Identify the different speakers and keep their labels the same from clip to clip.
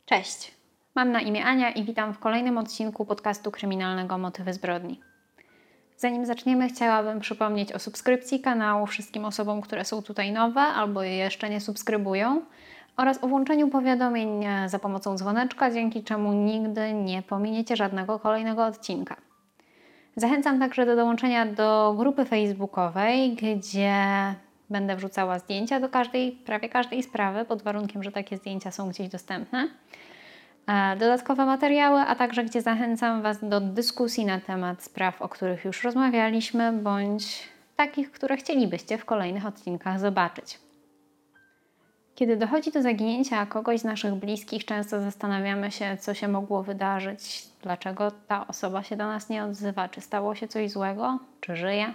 Speaker 1: Cześć, mam na imię Ania i witam w kolejnym odcinku podcastu kryminalnego Motywy zbrodni. Zanim zaczniemy, chciałabym przypomnieć o subskrypcji kanału wszystkim osobom, które są tutaj nowe albo je jeszcze nie subskrybują oraz o włączeniu powiadomień za pomocą dzwoneczka, dzięki czemu nigdy nie pominiecie żadnego kolejnego odcinka. Zachęcam także do dołączenia do grupy facebookowej, gdzie będę wrzucała zdjęcia do prawie każdej sprawy, pod warunkiem, że takie zdjęcia są gdzieś dostępne. Dodatkowe materiały, a także gdzie zachęcam Was do dyskusji na temat spraw, o których już rozmawialiśmy, bądź takich, które chcielibyście w kolejnych odcinkach zobaczyć. Kiedy dochodzi do zaginięcia kogoś z naszych bliskich, często zastanawiamy się, co się mogło wydarzyć, dlaczego ta osoba się do nas nie odzywa, czy stało się coś złego, czy żyje.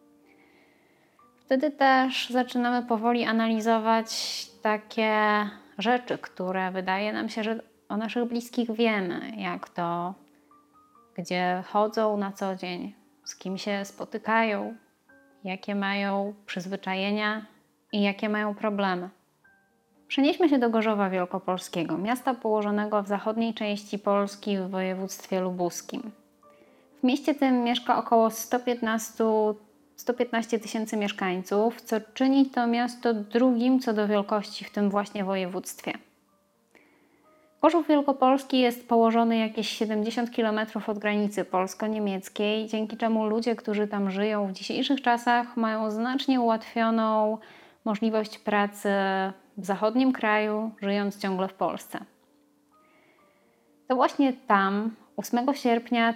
Speaker 1: Wtedy też zaczynamy powoli analizować takie rzeczy, które wydaje nam się, że o naszych bliskich wiemy, jak to, gdzie chodzą na co dzień, z kim się spotykają, jakie mają przyzwyczajenia i jakie mają problemy. Przenieśmy się do Gorzowa Wielkopolskiego, miasta położonego w zachodniej części Polski w województwie lubuskim. W mieście tym mieszka około 115 tysięcy mieszkańców, co czyni to miasto drugim co do wielkości w tym właśnie województwie. Gorzów Wielkopolski jest położony jakieś 70 km od granicy polsko-niemieckiej, dzięki czemu ludzie, którzy tam żyją w dzisiejszych czasach, mają znacznie ułatwioną możliwość pracy w zachodnim kraju, żyjąc ciągle w Polsce. To właśnie tam 8 sierpnia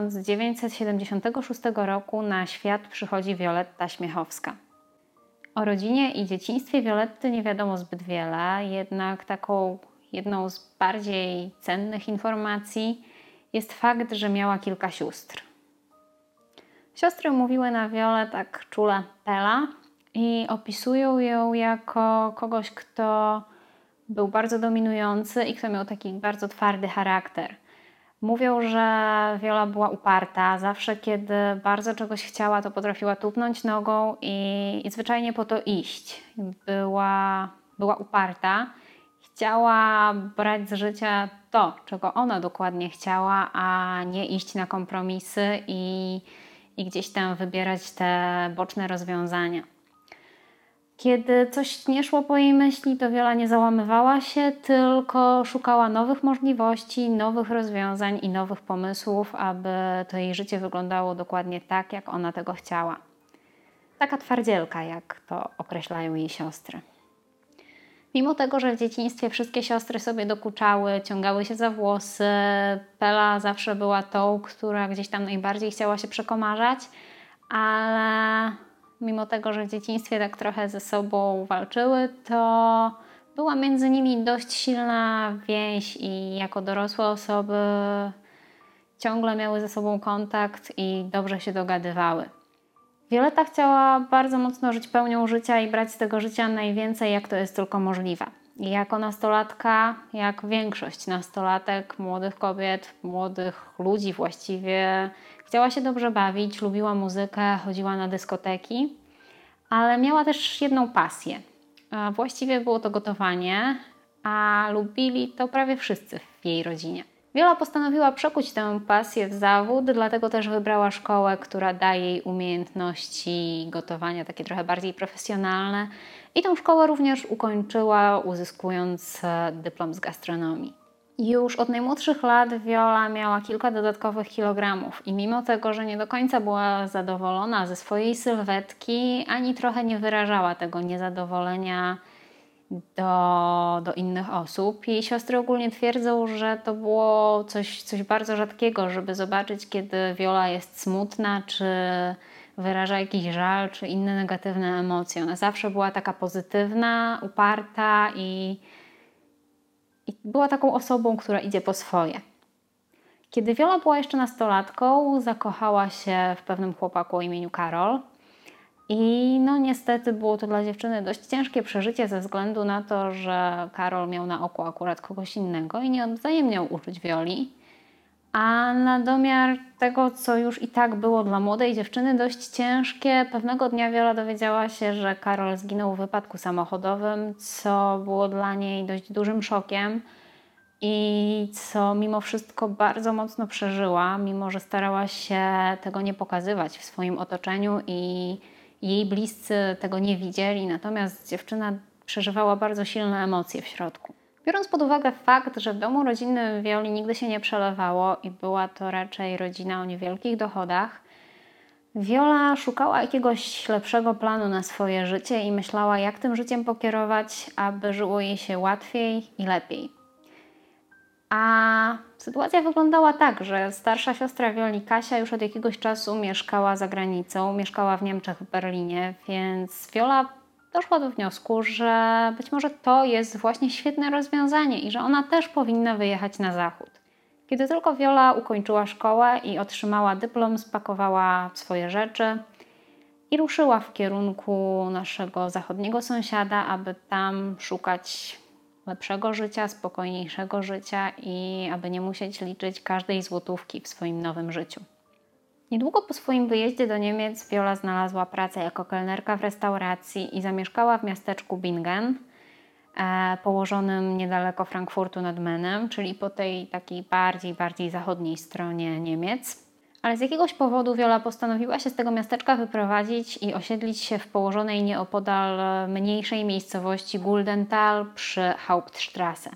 Speaker 1: 1976 roku na świat przychodzi Wioletta Śmiechowska. O rodzinie i dzieciństwie Violetty nie wiadomo zbyt wiele, jednak jedną z bardziej cennych informacji jest fakt, że miała kilka sióstr. Siostry mówiły na Violę tak czule Pela i opisują ją jako kogoś, kto był bardzo dominujący i kto miał taki bardzo twardy charakter. Mówią, że Viola była uparta. Zawsze, kiedy bardzo czegoś chciała, to potrafiła tupnąć nogą i zwyczajnie po to iść. Była uparta. Chciała brać z życia to, czego ona dokładnie chciała, a nie iść na kompromisy i gdzieś tam wybierać te boczne rozwiązania. Kiedy coś nie szło po jej myśli, to Viola nie załamywała się, tylko szukała nowych możliwości, nowych rozwiązań i nowych pomysłów, aby to jej życie wyglądało dokładnie tak, jak ona tego chciała. Taka twardzielka, jak to określają jej siostry. Mimo tego, że w dzieciństwie wszystkie siostry sobie dokuczały, ciągały się za włosy, Pela zawsze była tą, która gdzieś tam najbardziej chciała się przekomarzać, ale mimo tego, że w dzieciństwie tak trochę ze sobą walczyły, to była między nimi dość silna więź i jako dorosłe osoby ciągle miały ze sobą kontakt i dobrze się dogadywały. Violetta chciała bardzo mocno żyć pełnią życia i brać z tego życia najwięcej, jak to jest tylko możliwe. I jako nastolatka, jak większość nastolatek, młodych kobiet, młodych ludzi właściwie, chciała się dobrze bawić, lubiła muzykę, chodziła na dyskoteki, ale miała też jedną pasję. Właściwie było to gotowanie, a lubili to prawie wszyscy w jej rodzinie. Viola postanowiła przekuć tę pasję w zawód, dlatego też wybrała szkołę, która daje jej umiejętności gotowania takie trochę bardziej profesjonalne i tą szkołę również ukończyła, uzyskując dyplom z gastronomii. Już od najmłodszych lat Viola miała kilka dodatkowych kilogramów i mimo tego, że nie do końca była zadowolona ze swojej sylwetki, ani trochę nie wyrażała tego niezadowolenia do innych osób. Jej siostry ogólnie twierdzą, że to było coś bardzo rzadkiego, żeby zobaczyć, kiedy Viola jest smutna, czy wyraża jakiś żal, czy inne negatywne emocje. Ona zawsze była taka pozytywna, uparta i była taką osobą, która idzie po swoje. Kiedy Viola była jeszcze nastolatką, zakochała się w pewnym chłopaku o imieniu Karol. I niestety było to dla dziewczyny dość ciężkie przeżycie ze względu na to, że Karol miał na oku akurat kogoś innego i nie odwzajemniał uczuć Violi. A na domiar tego, co już i tak było dla młodej dziewczyny dość ciężkie, pewnego dnia Viola dowiedziała się, że Karol zginął w wypadku samochodowym, co było dla niej dość dużym szokiem. i co mimo wszystko bardzo mocno przeżyła, mimo że starała się tego nie pokazywać w swoim otoczeniu i jej bliscy tego nie widzieli, natomiast dziewczyna przeżywała bardzo silne emocje w środku. Biorąc pod uwagę fakt, że w domu rodzinnym Violi nigdy się nie przelewało i była to raczej rodzina o niewielkich dochodach, Viola szukała jakiegoś lepszego planu na swoje życie i myślała, jak tym życiem pokierować, aby żyło jej się łatwiej i lepiej. A sytuacja wyglądała tak, że starsza siostra Violi, Kasia, już od jakiegoś czasu mieszkała za granicą, mieszkała w Niemczech, w Berlinie, więc Viola doszła do wniosku, że być może to jest właśnie świetne rozwiązanie i że ona też powinna wyjechać na zachód. Kiedy tylko Viola ukończyła szkołę i otrzymała dyplom, spakowała swoje rzeczy i ruszyła w kierunku naszego zachodniego sąsiada, aby tam szukać lepszego życia, spokojniejszego życia i aby nie musieć liczyć każdej złotówki w swoim nowym życiu. Niedługo po swoim wyjeździe do Niemiec Viola znalazła pracę jako kelnerka w restauracji i zamieszkała w miasteczku Bingen, położonym niedaleko Frankfurtu nad Menem, czyli po tej takiej bardziej zachodniej stronie Niemiec. Ale z jakiegoś powodu Viola postanowiła się z tego miasteczka wyprowadzić i osiedlić się w położonej nieopodal mniejszej miejscowości Guldenthal przy Hauptstrasse.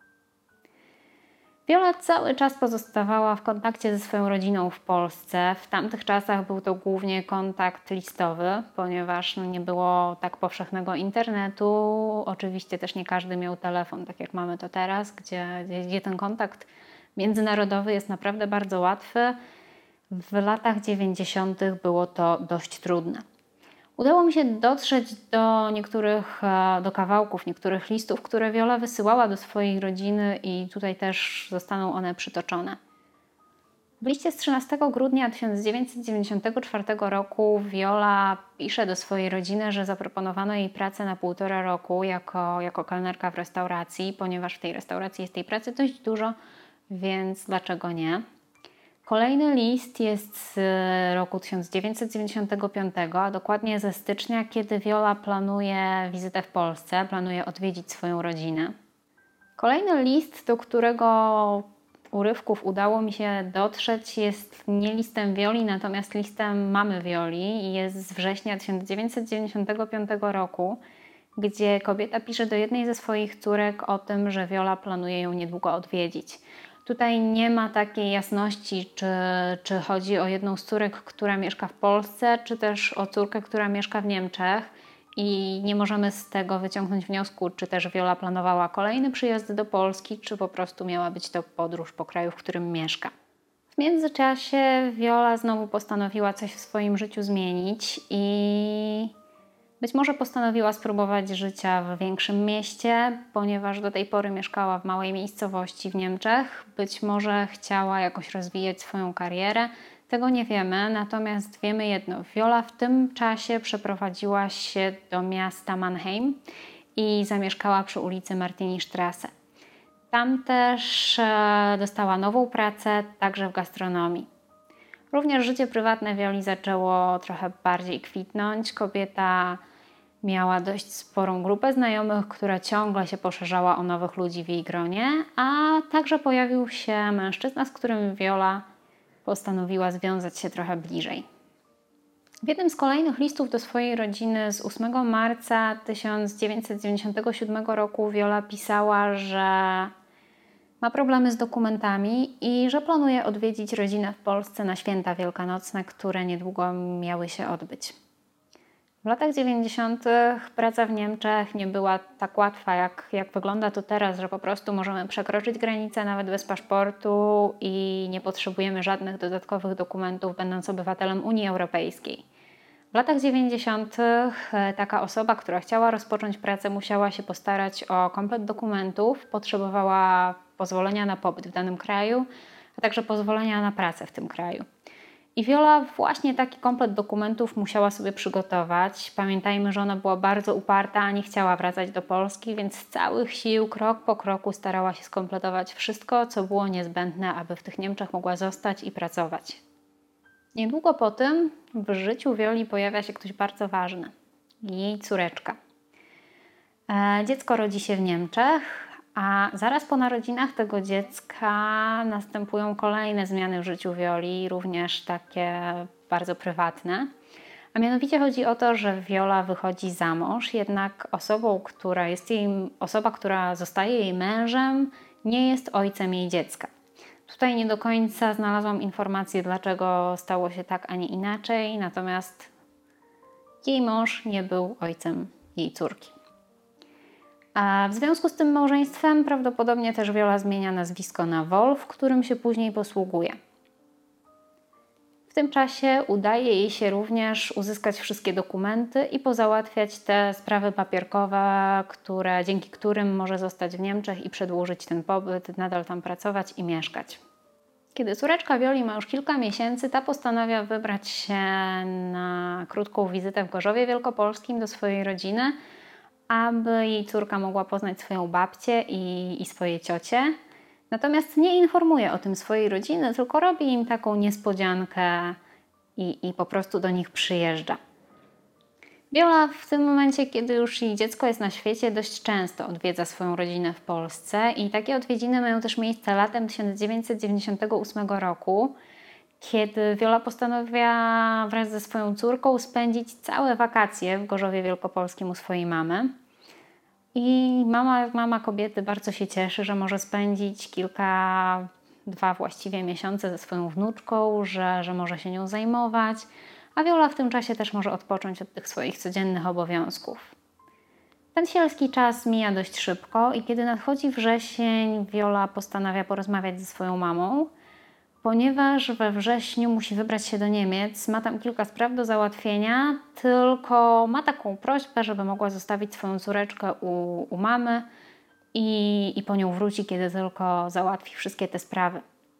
Speaker 1: Viola cały czas pozostawała w kontakcie ze swoją rodziną w Polsce. W tamtych czasach był to głównie kontakt listowy, ponieważ nie było tak powszechnego internetu. Oczywiście też nie każdy miał telefon, tak jak mamy to teraz, gdzie ten kontakt międzynarodowy jest naprawdę bardzo łatwy. W latach 90. było to dość trudne. Udało mi się dotrzeć do kawałków, niektórych listów, które Viola wysyłała do swojej rodziny i tutaj też zostaną one przytoczone. W liście z 13 grudnia 1994 roku Viola pisze do swojej rodziny, że zaproponowano jej pracę na 1,5 roku jako kelnerka w restauracji, ponieważ w tej restauracji jest tej pracy dość dużo, więc dlaczego nie? Kolejny list jest z roku 1995, a dokładnie ze stycznia, kiedy Viola planuje wizytę w Polsce, planuje odwiedzić swoją rodzinę. Kolejny list, do którego urywków udało mi się dotrzeć, jest nie listem Violi, natomiast listem mamy Violi i jest z września 1995 roku, gdzie kobieta pisze do jednej ze swoich córek o tym, że Viola planuje ją niedługo odwiedzić. Tutaj nie ma takiej jasności, czy chodzi o jedną z córek, która mieszka w Polsce, czy też o córkę, która mieszka w Niemczech i nie możemy z tego wyciągnąć wniosku, czy też Viola planowała kolejny przyjazd do Polski, czy po prostu miała być to podróż po kraju, w którym mieszka. W międzyczasie Viola znowu postanowiła coś w swoim życiu zmienić i być może postanowiła spróbować życia w większym mieście, ponieważ do tej pory mieszkała w małej miejscowości w Niemczech. Być może chciała jakoś rozwijać swoją karierę. Tego nie wiemy, natomiast wiemy jedno. Viola w tym czasie przeprowadziła się do miasta Mannheim i zamieszkała przy ulicy Martini-Strasse. Tam też dostała nową pracę, także w gastronomii. Również życie prywatne Violi zaczęło trochę bardziej kwitnąć. Kobieta miała dość sporą grupę znajomych, która ciągle się poszerzała o nowych ludzi w jej gronie, a także pojawił się mężczyzna, z którym Viola postanowiła związać się trochę bliżej. W jednym z kolejnych listów do swojej rodziny z 8 marca 1997 roku Viola pisała, że ma problemy z dokumentami i że planuje odwiedzić rodzinę w Polsce na święta wielkanocne, które niedługo miały się odbyć. W latach 90. praca w Niemczech nie była tak łatwa, jak wygląda to teraz, że po prostu możemy przekroczyć granicę nawet bez paszportu i nie potrzebujemy żadnych dodatkowych dokumentów, będąc obywatelem Unii Europejskiej. W latach 90. taka osoba, która chciała rozpocząć pracę, musiała się postarać o komplet dokumentów, potrzebowała pozwolenia na pobyt w danym kraju, a także pozwolenia na pracę w tym kraju. I Viola właśnie taki komplet dokumentów musiała sobie przygotować. Pamiętajmy, że ona była bardzo uparta, nie chciała wracać do Polski, więc z całych sił, krok po kroku starała się skompletować wszystko, co było niezbędne, aby w tych Niemczech mogła zostać i pracować. Niedługo po tym w życiu Violi pojawia się ktoś bardzo ważny. Jej córeczka. Dziecko rodzi się w Niemczech, A zaraz po narodzinach tego dziecka następują kolejne zmiany w życiu Violi, również takie bardzo prywatne. A mianowicie chodzi o to, że Viola wychodzi za mąż, jednak osoba, która zostaje jej mężem, nie jest ojcem jej dziecka. Tutaj nie do końca znalazłam informację, dlaczego stało się tak, a nie inaczej, natomiast jej mąż nie był ojcem jej córki. A w związku z tym małżeństwem prawdopodobnie też Viola zmienia nazwisko na Wolf, którym się później posługuje. W tym czasie udaje jej się również uzyskać wszystkie dokumenty i pozałatwiać te sprawy papierkowe, dzięki którym może zostać w Niemczech i przedłużyć ten pobyt, nadal tam pracować i mieszkać. Kiedy córeczka Violi ma już kilka miesięcy, ta postanawia wybrać się na krótką wizytę w Gorzowie Wielkopolskim do swojej rodziny, aby jej córka mogła poznać swoją babcię i swoje ciocie. Natomiast nie informuje o tym swojej rodziny, tylko robi im taką niespodziankę i po prostu do nich przyjeżdża. Viola w tym momencie, kiedy już jej dziecko jest na świecie, dość często odwiedza swoją rodzinę w Polsce i takie odwiedziny mają też miejsce latem 1998 roku, kiedy Viola postanowiła wraz ze swoją córką spędzić całe wakacje w Gorzowie Wielkopolskim u swojej mamy. I mama kobiety bardzo się cieszy, że może spędzić dwa właściwie miesiące ze swoją wnuczką, że może się nią zajmować, a Viola w tym czasie też może odpocząć od tych swoich codziennych obowiązków. Ten sielski czas mija dość szybko i kiedy nadchodzi wrzesień, Viola postanawia porozmawiać ze swoją mamą, ponieważ we wrześniu musi wybrać się do Niemiec, ma tam kilka spraw do załatwienia, tylko ma taką prośbę, żeby mogła zostawić swoją córeczkę u mamy i po nią wróci, kiedy tylko załatwi wszystkie te sprawy.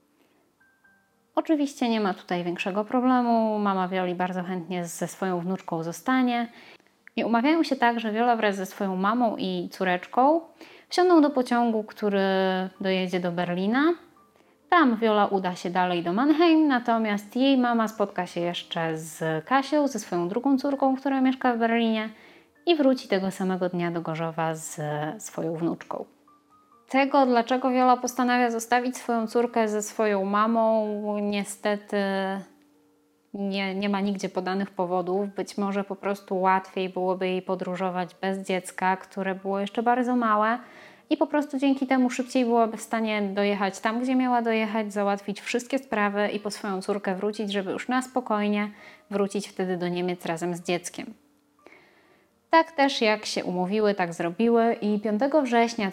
Speaker 1: Oczywiście nie ma tutaj większego problemu, mama Violi bardzo chętnie ze swoją wnuczką zostanie i umawiają się tak, że Viola wraz ze swoją mamą i córeczką wsiądą do pociągu, który dojedzie do Berlina. Tam Viola uda się dalej do Mannheim, natomiast jej mama spotka się jeszcze z Kasią, ze swoją drugą córką, która mieszka w Berlinie i wróci tego samego dnia do Gorzowa z swoją wnuczką. Tego, dlaczego Viola postanawia zostawić swoją córkę ze swoją mamą, niestety nie ma nigdzie podanych powodów. Być może po prostu łatwiej byłoby jej podróżować bez dziecka, które było jeszcze bardzo małe i po prostu dzięki temu szybciej byłaby w stanie dojechać tam, gdzie miała dojechać, załatwić wszystkie sprawy i po swoją córkę wrócić, żeby już na spokojnie wrócić wtedy do Niemiec razem z dzieckiem. Tak też jak się umówiły, tak zrobiły i 5 września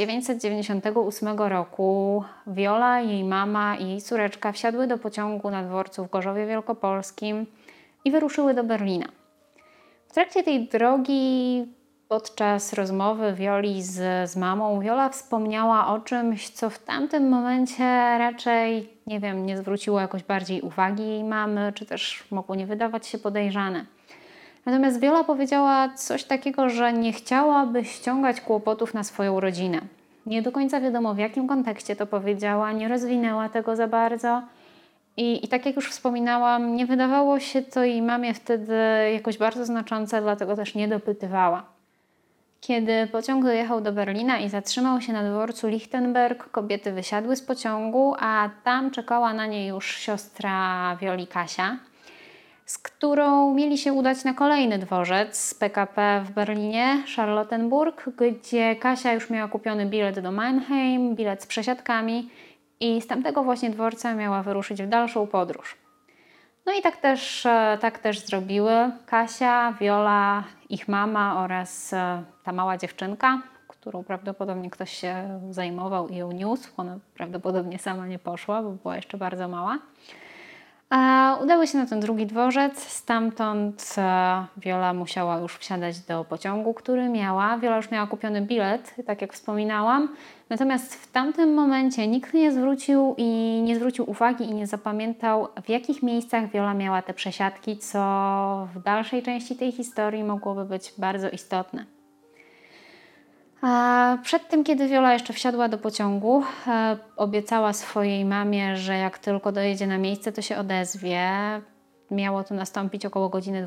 Speaker 1: 1998 roku Viola, jej mama i jej córeczka wsiadły do pociągu na dworcu w Gorzowie Wielkopolskim i wyruszyły do Berlina. W trakcie tej drogi, podczas rozmowy Violi z mamą, Viola wspomniała o czymś, co w tamtym momencie raczej, nie zwróciło jakoś bardziej uwagi jej mamy, czy też mogło nie wydawać się podejrzane. Natomiast Viola powiedziała coś takiego, że nie chciałaby ściągać kłopotów na swoją rodzinę. Nie do końca wiadomo, w jakim kontekście to powiedziała, nie rozwinęła tego za bardzo. I tak jak już wspominałam, nie wydawało się to jej mamie wtedy jakoś bardzo znaczące, dlatego też nie dopytywała. Kiedy pociąg dojechał do Berlina i zatrzymał się na dworcu Lichtenberg, kobiety wysiadły z pociągu, a tam czekała na nie już siostra Violi, Kasia, z którą mieli się udać na kolejny dworzec z PKP w Berlinie, Charlottenburg, gdzie Kasia już miała kupiony bilet do Mannheim, bilet z przesiadkami i z tamtego właśnie dworca miała wyruszyć w dalszą podróż. No i tak też zrobiły Kasia, Viola, ich mama oraz ta mała dziewczynka, którą prawdopodobnie ktoś się zajmował i ją niósł. Ona prawdopodobnie sama nie poszła, bo była jeszcze bardzo mała. Udały się na ten drugi dworzec, stamtąd Viola musiała już wsiadać do pociągu, który miała. Viola już miała kupiony bilet, tak jak wspominałam, natomiast w tamtym momencie nikt nie zwrócił uwagi i nie zapamiętał, w jakich miejscach Viola miała te przesiadki, co w dalszej części tej historii mogłoby być bardzo istotne. A przed tym, kiedy Viola jeszcze wsiadła do pociągu, obiecała swojej mamie, że jak tylko dojedzie na miejsce, to się odezwie. Miało to nastąpić około godziny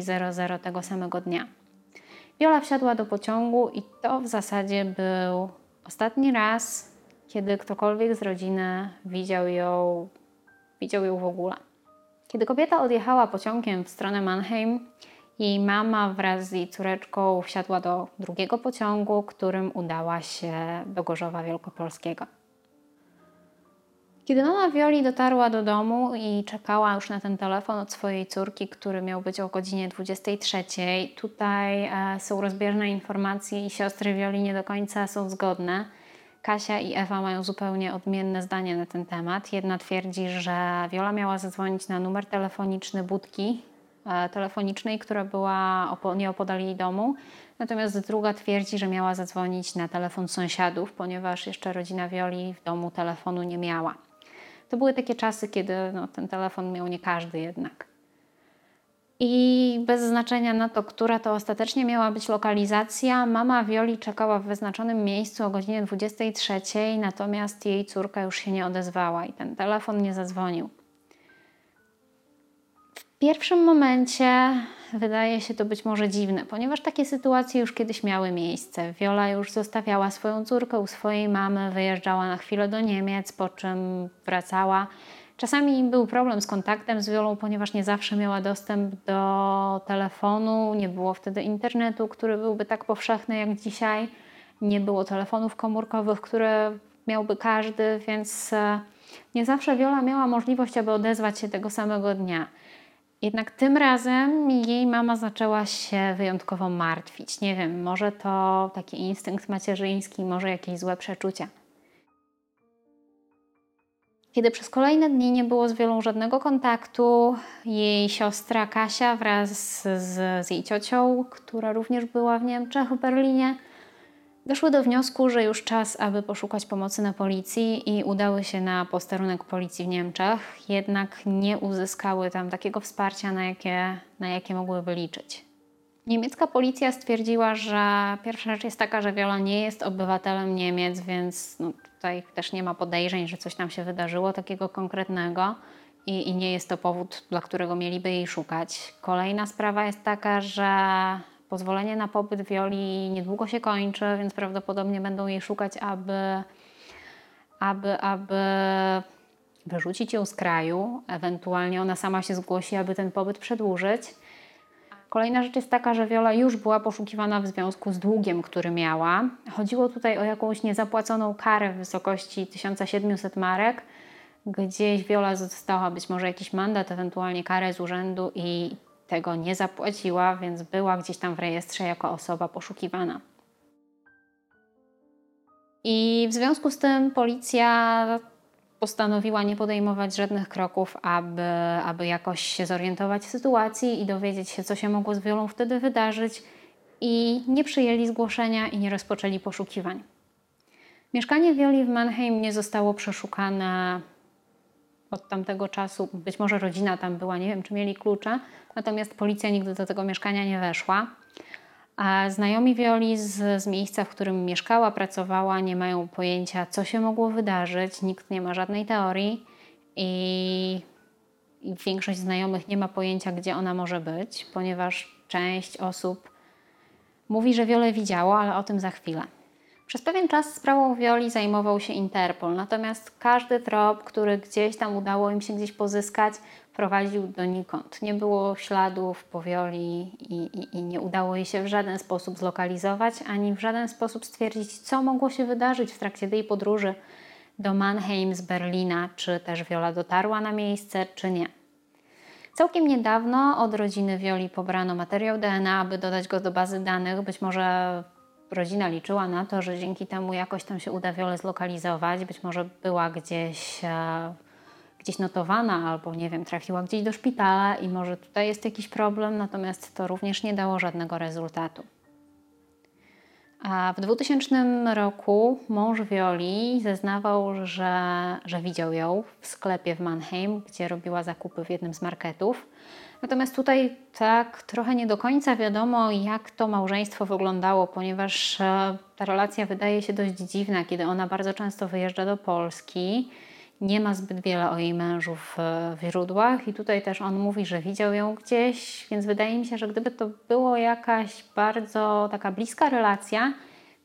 Speaker 1: 23:00 tego samego dnia. Viola wsiadła do pociągu i to w zasadzie był Ostatni raz, kiedy ktokolwiek z rodziny widział ją w ogóle. Kiedy kobieta odjechała pociągiem w stronę Mannheim, jej mama wraz z jej córeczką wsiadła do drugiego pociągu, którym udała się do Gorzowa Wielkopolskiego. Kiedy mama Wioli dotarła do domu i czekała już na ten telefon od swojej córki, który miał być o godzinie 23, tutaj są rozbieżne informacje i siostry Wioli nie do końca są zgodne. Kasia i Ewa mają zupełnie odmienne zdanie na ten temat. Jedna twierdzi, że Wiola miała zadzwonić na numer telefoniczny budki telefonicznej, która była nieopodal jej domu. Natomiast druga twierdzi, że miała zadzwonić na telefon sąsiadów, ponieważ jeszcze rodzina Wioli w domu telefonu nie miała. To były takie czasy, kiedy ten telefon miał nie każdy jednak. I bez znaczenia na to, która to ostatecznie miała być lokalizacja, mama Wioli czekała w wyznaczonym miejscu o godzinie 23, natomiast jej córka już się nie odezwała i ten telefon nie zadzwonił. W pierwszym momencie wydaje się to być może dziwne, ponieważ takie sytuacje już kiedyś miały miejsce. Wiola już zostawiała swoją córkę u swojej mamy, wyjeżdżała na chwilę do Niemiec, po czym wracała. Czasami był problem z kontaktem z Wiolą, ponieważ nie zawsze miała dostęp do telefonu, nie było wtedy internetu, który byłby tak powszechny jak dzisiaj. Nie było telefonów komórkowych, które miałby każdy, więc nie zawsze Wiola miała możliwość, aby odezwać się tego samego dnia. Jednak tym razem jej mama zaczęła się wyjątkowo martwić. Nie wiem, może to taki instynkt macierzyński, może jakieś złe przeczucia. Kiedy przez kolejne dni nie było z Wiolą żadnego kontaktu, jej siostra Kasia wraz z jej ciocią, która również była w Niemczech, w Berlinie, doszły do wniosku, że już czas, aby poszukać pomocy na policji i udały się na posterunek policji w Niemczech, jednak nie uzyskały tam takiego wsparcia, na jakie mogłyby liczyć. Niemiecka policja stwierdziła, że pierwsza rzecz jest taka, że Wiola nie jest obywatelem Niemiec, więc tutaj też nie ma podejrzeń, że coś tam się wydarzyło takiego konkretnego i nie jest to powód, dla którego mieliby jej szukać. Kolejna sprawa jest taka, że pozwolenie na pobyt Wioli niedługo się kończy, więc prawdopodobnie będą jej szukać, aby wyrzucić ją z kraju. Ewentualnie ona sama się zgłosi, aby ten pobyt przedłużyć. Kolejna rzecz jest taka, że Wiola już była poszukiwana w związku z długiem, który miała. Chodziło tutaj o jakąś niezapłaconą karę w wysokości 1700 marek. Gdzieś Wiola dostała być może jakiś mandat, ewentualnie karę z urzędu i tego nie zapłaciła, więc była gdzieś tam w rejestrze jako osoba poszukiwana. I w związku z tym policja postanowiła nie podejmować żadnych kroków, aby jakoś się zorientować w sytuacji i dowiedzieć się, co się mogło z Wiolą wtedy wydarzyć, i nie przyjęli zgłoszenia i nie rozpoczęli poszukiwań. Mieszkanie Wioli w Mannheim nie zostało przeszukane od tamtego czasu. Być może rodzina tam była, nie wiem, czy mieli klucze, natomiast policja nigdy do tego mieszkania nie weszła. A znajomi Wioli z miejsca, w którym mieszkała, pracowała, nie mają pojęcia, co się mogło wydarzyć. Nikt nie ma żadnej teorii i większość znajomych nie ma pojęcia, gdzie ona może być, ponieważ część osób mówi, że Wiolę widziało, ale o tym za chwilę. Przez pewien czas sprawą Wioli zajmował się Interpol, natomiast każdy trop, który gdzieś tam udało im się gdzieś pozyskać, prowadził donikąd. Nie było śladów po Wioli i nie udało jej się w żaden sposób zlokalizować, ani w żaden sposób stwierdzić, co mogło się wydarzyć w trakcie tej podróży do Mannheim z Berlina, czy też Wiola dotarła na miejsce, czy nie. Całkiem niedawno od rodziny Wioli pobrano materiał DNA, aby dodać go do bazy danych. Być może rodzina liczyła na to, że dzięki temu jakoś tam się uda Wiolę zlokalizować. Być może była gdzieś notowana albo, nie wiem, trafiła gdzieś do szpitala i może tutaj jest jakiś problem, natomiast to również nie dało żadnego rezultatu. A w 2000 roku mąż Wioli zeznawał, że widział ją w sklepie w Mannheim, gdzie robiła zakupy w jednym z marketów. Natomiast tutaj tak trochę nie do końca wiadomo, jak to małżeństwo wyglądało, ponieważ ta relacja wydaje się dość dziwna, kiedy ona bardzo często wyjeżdża do Polski. Nie ma zbyt wiele o jej mężu w źródłach i tutaj też on mówi, że widział ją gdzieś, więc wydaje mi się, że gdyby to było jakaś bardzo taka bliska relacja,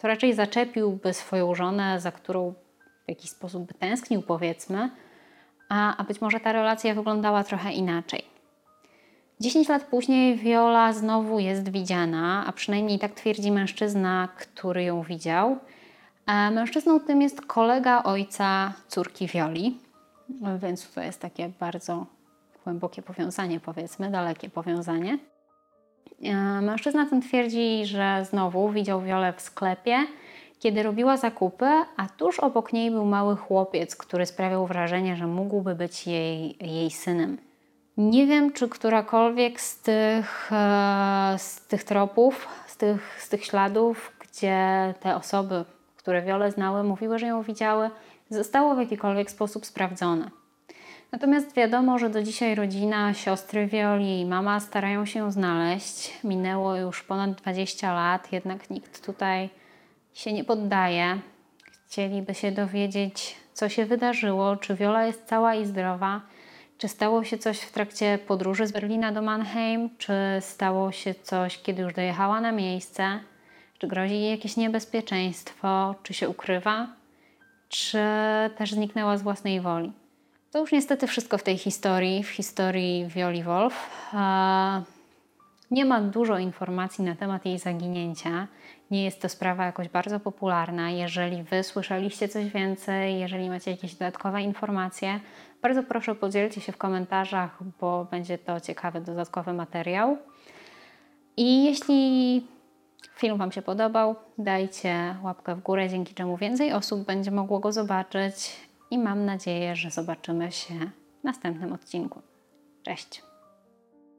Speaker 1: to raczej zaczepiłby swoją żonę, za którą w jakiś sposób by tęsknił, powiedzmy, a być może ta relacja wyglądała trochę inaczej. 10 lat później Viola znowu jest widziana, a przynajmniej tak twierdzi mężczyzna, który ją widział. A mężczyzną tym jest kolega ojca córki Violi, więc to jest takie bardzo głębokie powiązanie, powiedzmy, dalekie powiązanie. Mężczyzna ten twierdzi, że znowu widział Violę w sklepie, kiedy robiła zakupy, a tuż obok niej był mały chłopiec, który sprawiał wrażenie, że mógłby być jej synem. Nie wiem, czy którakolwiek z tych tropów, z tych śladów, gdzie te osoby, które Violę znały, mówiły, że ją widziały, zostało w jakikolwiek sposób sprawdzone. Natomiast wiadomo, że do dzisiaj rodzina, siostry Violi i mama starają się ją znaleźć. Minęło już ponad 20 lat, jednak nikt tutaj się nie poddaje. Chcieliby się dowiedzieć, co się wydarzyło, czy Viola jest cała i zdrowa, czy stało się coś w trakcie podróży z Berlina do Mannheim, czy stało się coś, kiedy już dojechała na miejsce, czy grozi jej jakieś niebezpieczeństwo, czy się ukrywa, czy też zniknęła z własnej woli. To już niestety wszystko w tej historii, w historii Violi Wolf. Nie ma dużo informacji na temat jej zaginięcia. Nie jest to sprawa jakoś bardzo popularna. Jeżeli Wy słyszeliście coś więcej, jeżeli macie jakieś dodatkowe informacje, bardzo proszę podzielcie się w komentarzach, bo będzie to ciekawy dodatkowy materiał. I jeśli film Wam się podobał, dajcie łapkę w górę, dzięki czemu więcej osób będzie mogło go zobaczyć i mam nadzieję, że zobaczymy się w następnym odcinku. Cześć!